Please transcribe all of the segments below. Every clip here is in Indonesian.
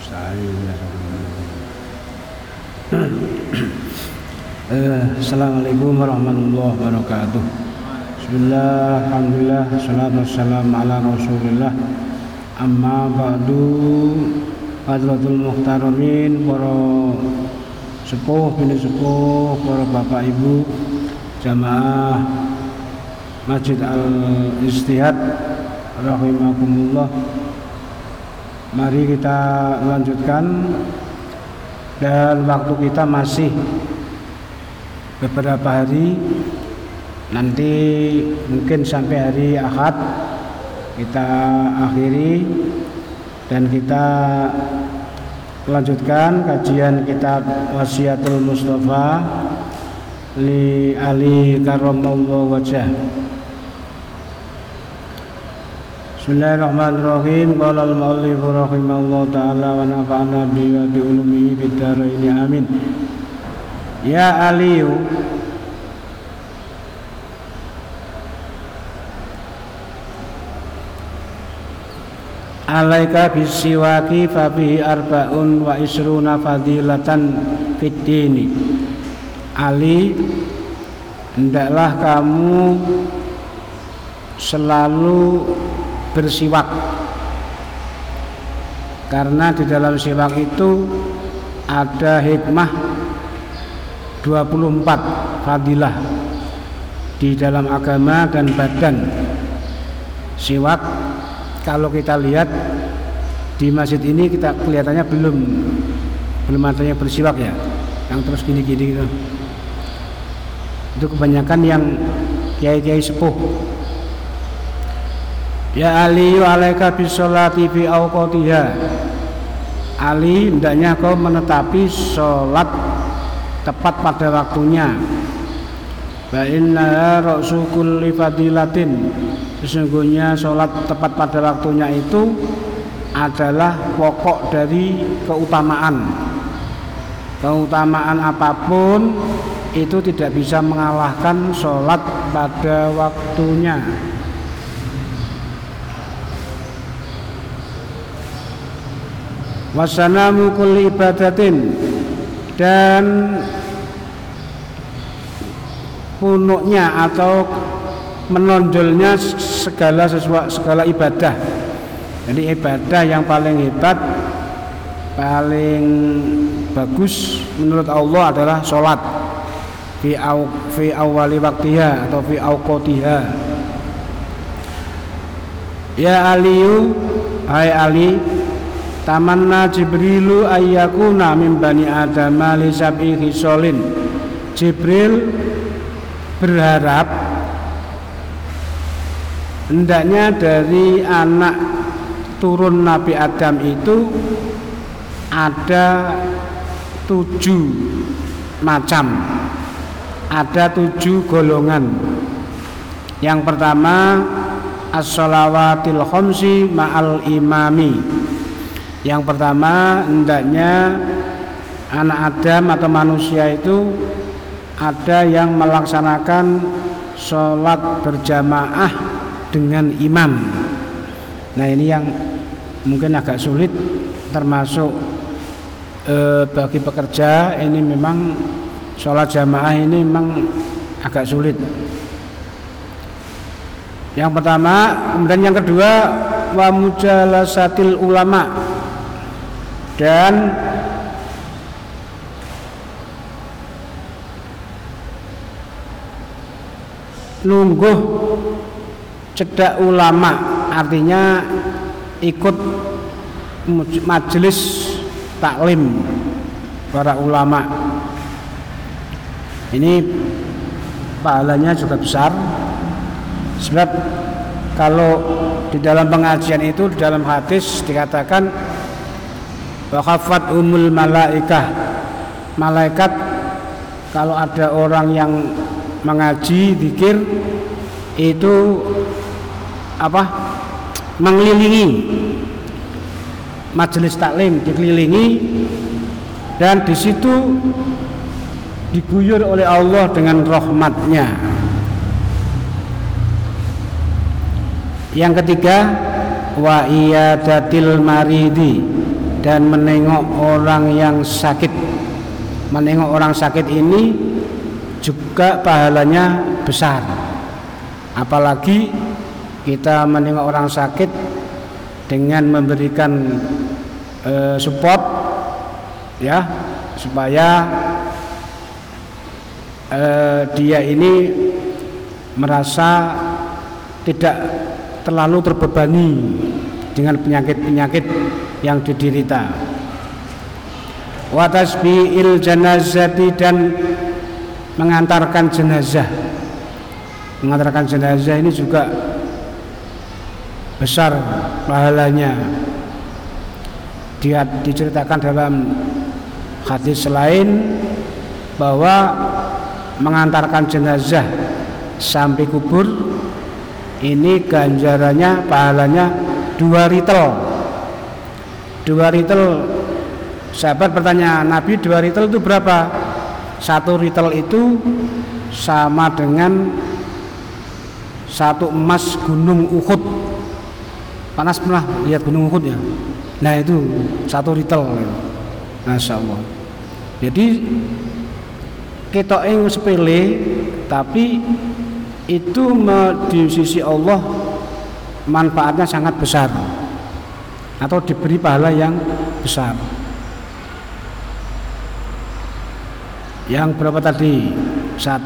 Assalamualaikum warahmatullahi wabarakatuh. Bismillah, alhamdulillah, salatu wassalamu ala rasulillah. Amma ba'du, hadratul muhtaramin, para sepuh, bini sepuh, para bapak ibu, jamaah Masjid Al-Istihad rahimakumullah. Mari kita lanjutkan, dan waktu kita masih beberapa hari, nanti mungkin sampai hari Ahad kita akhiri dan kita lanjutkan kajian kitab Wasiatul Mustafa li Ali karramallahu wajhah. Bismillahirrahmanirrahim. Qala al-mu'allif rahimahullahu ta'ala wa nafa'ana bi wa bi ulumihi fid dharain amin. Ya Aliyu, alaika bisiwaki fabihi arba'un wa isruna fadilatan fid dini. Ali, hendaklah kamu selalu bersiwak, karena di dalam siwak itu ada hikmah 24 fadilah di dalam agama dan badan. Siwak, kalau kita lihat di masjid ini, kita kelihatannya belum adanya bersiwak ya, yang terus gini-gini gitu. Itu kebanyakan yang kiai-kiai sepuh. Ya Ali, alaika bisolati fi awqatiha. Ali, hendaknya kau menetapi sholat tepat pada waktunya. Wa inna ra'su kulli fadilatin. Sesungguhnya sholat tepat pada waktunya itu adalah pokok dari keutamaan. Keutamaan apapun itu tidak bisa mengalahkan sholat pada waktunya. Wasanamu kulli ibadatin, dan punuknya atau menonjolnya segala ibadah. Jadi ibadah yang paling hebat, paling bagus menurut Allah adalah sholat fi awali waktiha atau fi awqatiha. Ya Aliyu, hai Ali, tamanna Jibrilu ayyakuna min bani Adama li sab'i khisolin. Jibril berharap hendaknya dari anak turun Nabi Adam itu ada 7 macam, ada 7 golongan. Yang pertama, as-shalawatil khamsi ma'al imami. Yang pertama, hendaknya anak Adam atau manusia itu ada yang melaksanakan sholat berjamaah dengan imam. Nah, ini yang mungkin agak sulit, termasuk bagi pekerja. Ini memang sholat jamaah ini memang agak sulit. Yang pertama. Kemudian yang kedua, wa mujalasatil ulama, dan nungguh cedak ulama, artinya ikut majelis taklim para ulama. Ini pahalanya juga besar, sebab kalau di dalam pengajian itu, di dalam hadis dikatakan wa khaffat malaikah, malaikat kalau ada orang yang mengaji zikir itu mengelilingi majelis taklim, dikelilingi, dan di situ diguyur oleh Allah dengan rahmatnya. Yang ketiga, wa iyadatil maridi, dan menengok orang yang sakit. Menengok orang sakit ini juga pahalanya besar. Apalagi kita menengok orang sakit dengan memberikan support ya, supaya dia ini merasa tidak terlalu terbebani dengan penyakit-penyakit yang diderita. Wa tasbiil janazati, dan mengantarkan jenazah. Mengantarkan jenazah ini juga besar pahalanya. Dia diceritakan dalam hadis lain bahwa mengantarkan jenazah sampai kubur ini ganjarannya, pahalanya 2 ritel. 2 ritel. Sahabat bertanya, Nabi 2 ritel itu berapa? 1 ritel itu sama dengan 1 emas gunung Uhud. Panas pernah lihat gunung Uhud ya? Nah itu 1 ritel. Masya Allah. Jadi kita yang sepele, tapi itu di sisi Allah manfaatnya sangat besar, atau diberi pahala yang besar. Yang berapa tadi? 1,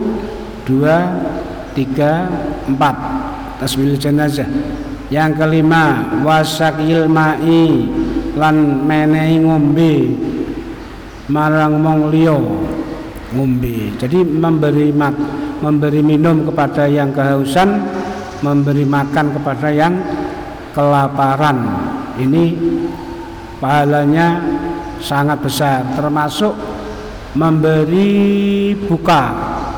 2, 3, 4 tasbihul janazah. Yang kelima, wasakil ma'i, lan menehi ngombe marang wong liya. Ngombe, jadi memberi minum kepada yang kehausan, memberi makan kepada yang kelaparan. Ini pahalanya sangat besar, termasuk memberi buka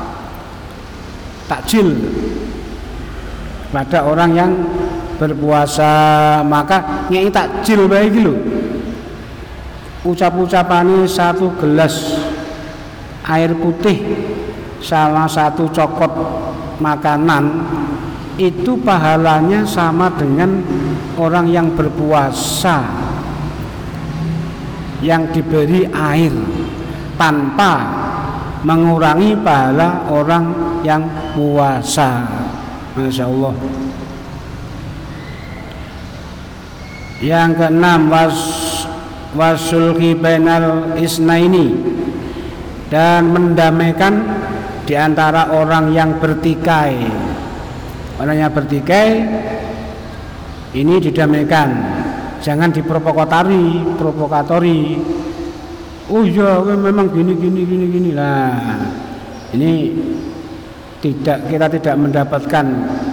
takjil pada orang yang berpuasa. Maka ngei takjil bae iki lho, ucap-ucapane 1 gelas air putih, salah 1 cokot makanan, itu pahalanya sama dengan orang yang berpuasa yang diberi air, tanpa mengurangi pahala orang yang puasa. Masya Allah. Yang keenam, wasulhi bainal isnaini, dan mendamaikan di antara orang yang bertikai. Orang yang bertikai ini didamaikan, jangan provokatori. Oh iya, memang gini lah. Ini kita tidak mendapatkan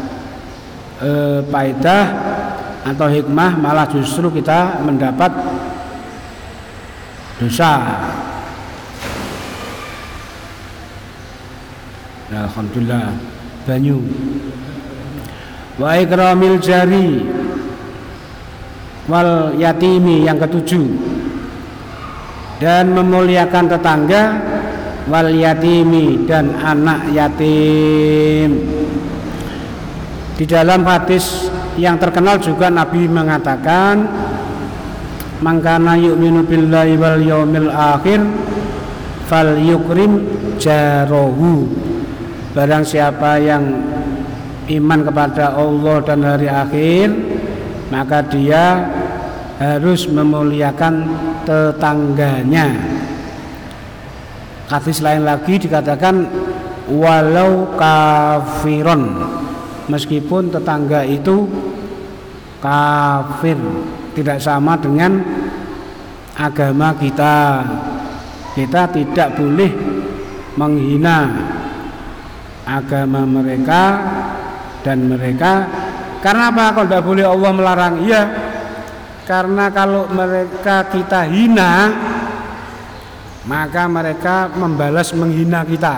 faedah atau hikmah, malah justru kita mendapat dosa. Alhamdulillah. Banyu. Wa ikramil jari wal yatimi, yang ketujuh, dan memuliakan tetangga, wal yatimi, dan anak yatim. Di dalam hadis yang terkenal juga Nabi mengatakan, mangkana yu'minu billahi wal yaumil akhir fal yukrim jarohu. Barang siapa yang iman kepada Allah dan hari akhir, maka dia harus memuliakan tetangganya. Hadis lain lagi dikatakan walau kafiron, meskipun tetangga itu kafir, tidak sama dengan agama kita. Kita tidak boleh menghina agama mereka dan mereka. Karena apa? Kalau tidak boleh Allah melarang? Iya, karena kalau mereka kita hina, maka mereka membalas menghina kita.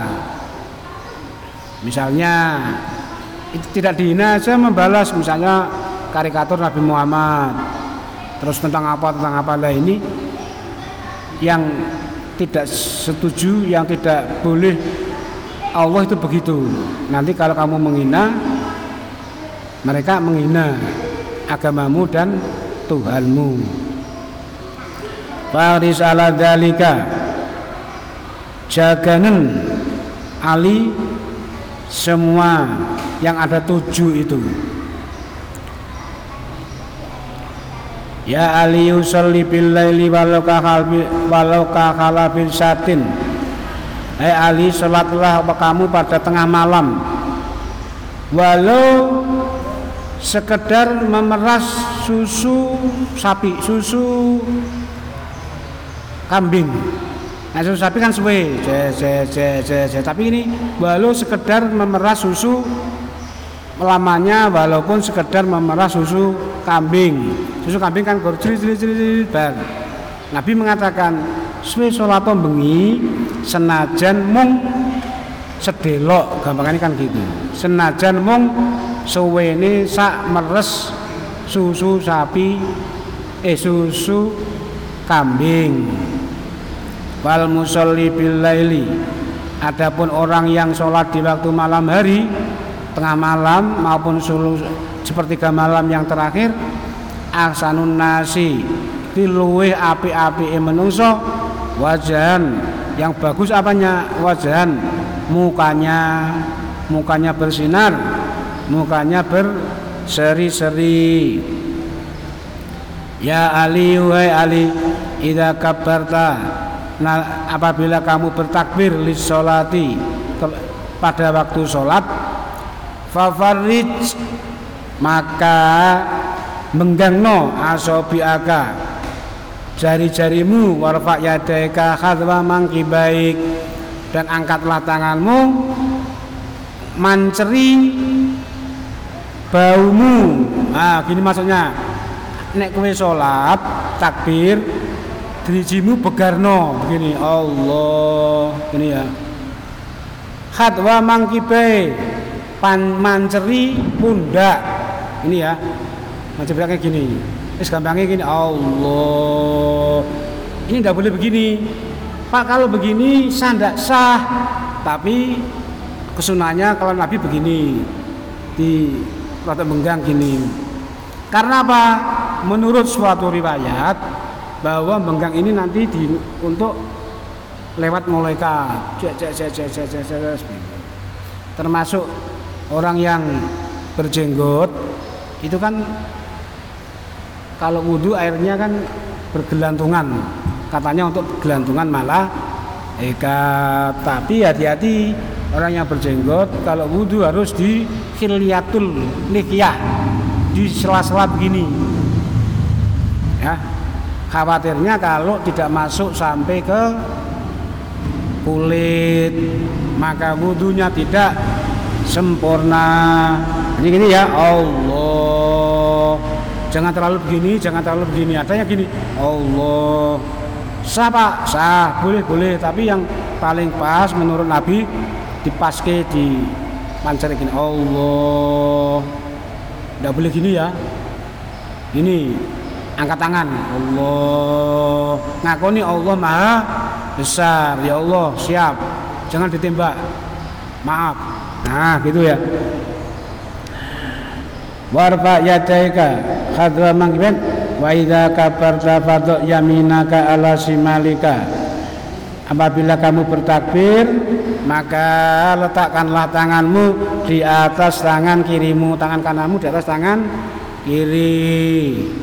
Misalnya itu tidak dihina, saya membalas, misalnya karikatur Nabi Muhammad, terus tentang apa lah, ini yang tidak setuju, yang tidak boleh. Allah itu begitu. Nanti kalau kamu menghina, mereka menghina agamamu dan Tuhanmu. faris ala dalika jaganen Ali semua yang ada 7 itu. Ya Ali yusalli bil laili walau ka bil satin. Hai Ali, salatlah kamu pada tengah malam walau sekedar memeras susu sapi, susu kambing. Nah, susu sapi kan suwe, tapi ini walau sekedar memeras susu lamanya, walaupun sekedar memeras susu kambing. Susu kambing kan bar. Nabi mengatakan, suwe salato bengi senajan mung sedelok, gampangane kan gitu. Senajan mung suwene sak meres susu sapi, susu kambing. Wal musolli bil laili, adapun orang yang sholat di waktu malam hari, tengah malam maupun sepertiga malam yang terakhir, ahsanun nasi, diluweh api-api menungso, wajahan yang bagus apanya, wajahan mukanya bersinar, mukanya berseri-seri. Ya Ali, wahai Ali, idza kabbarta, nah, apabila kamu bertakbir lis sholati pada waktu sholat, fafarrij, maka menggangno asobiaka jari-jarimu, warfa yadaika khadwa mangkibaik, dan angkatlah tanganmu manceri baumu. Nah, gini maksudnya, nek kowe sholat takbir dirijimu begarno begini, Allah, ini ya. Khadwa mangkibai, manceri pundak, ini ya. Macam kayak gini. Gampangnya gini, Allah. Ini tidak boleh begini. Pak, kalau begini sah tidak sah. Tapi kesunahnya kalau Nabi begini, di rotok menggang gini. Karena apa? Menurut suatu riwayat bahwa benggang ini nanti untuk lewat malaikat. Termasuk orang yang berjenggot itu kan kalau wudhu airnya kan bergelantungan, katanya untuk gelantungan malah tapi hati-hati orang yang berjenggot kalau wudhu harus di khilyatul lihyah, di sela-sela begini ya. Khawatirnya kalau tidak masuk sampai ke kulit, maka wudhunya tidak sempurna. Jadi gini ya, Allah. Jangan terlalu begini, jangan terlalu begini. Adanya gini, Allah. Sah Pak, sah, boleh. Tapi yang paling pas menurut Nabi dipaske di pancari gini, Allah. Tidak boleh gini ya. Ini. Angkat tangan, Allah, ngakoni Allah maha besar, ya Allah, siap, jangan ditembak, maaf. Nah gitu ya. Warfa yadaika khadra mangkibain wa idza kabarta fadhu yaminaka ala simalika. Apabila kamu bertakbir, maka letakkanlah tanganmu di atas tangan kirimu, tangan kananmu di atas tangan kiri.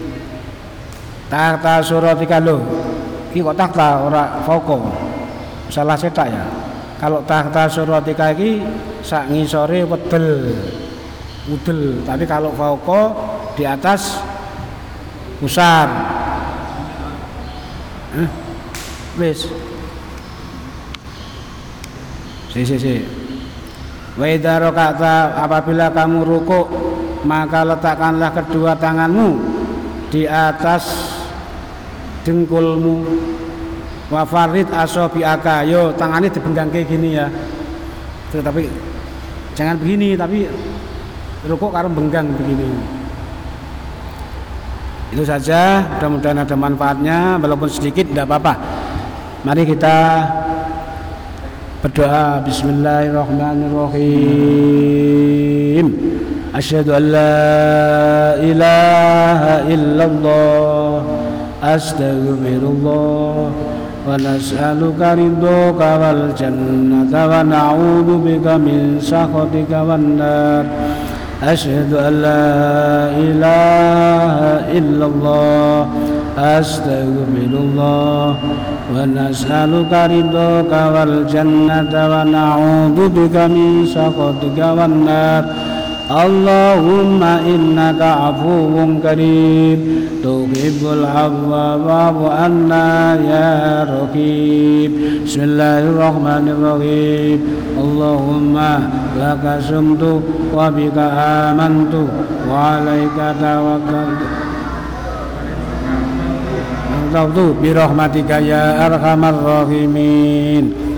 Tahta suratika loh, ini kok tahta ora foko, salah cetak ya. Kalau tahta suratika ini sak ngisore udel, tapi kalau foko di atas pusar. Wis. Si. Wa idza raka'ta, apabila kamu rukuk, maka letakkanlah kedua tanganmu di atas dengkulmu. Wa farid asobiaka, yo tangannya dibenggang kayak gini ya. Tapi jangan begini, tapi rukuk karo benggang begini. Itu saja, mudah-mudahan ada manfaatnya, walaupun sedikit tidak apa-apa. Mari kita berdoa. Bismillahirrahmanirrahim. Asyhadu an la ilaha illallah astaghfirullah wa nas'aluka ridhoka wal jannata wa na'udzu bika min sakhatika wan nar. Asyhadu an la ilaha illallah astaghfirullah wa nas'aluka ridhoka wal jannata wa na'udzu bika min sakhatika wan nar. Allahumma innaka afuwun karim tuhibbul afwa fa'fu anna ya raqib. Bismillahirrahmanirrahim. Allahumma laka sumtu wa bika amantu wa alaika tawakkaltu bi rahmatika ya arhamar rahimin.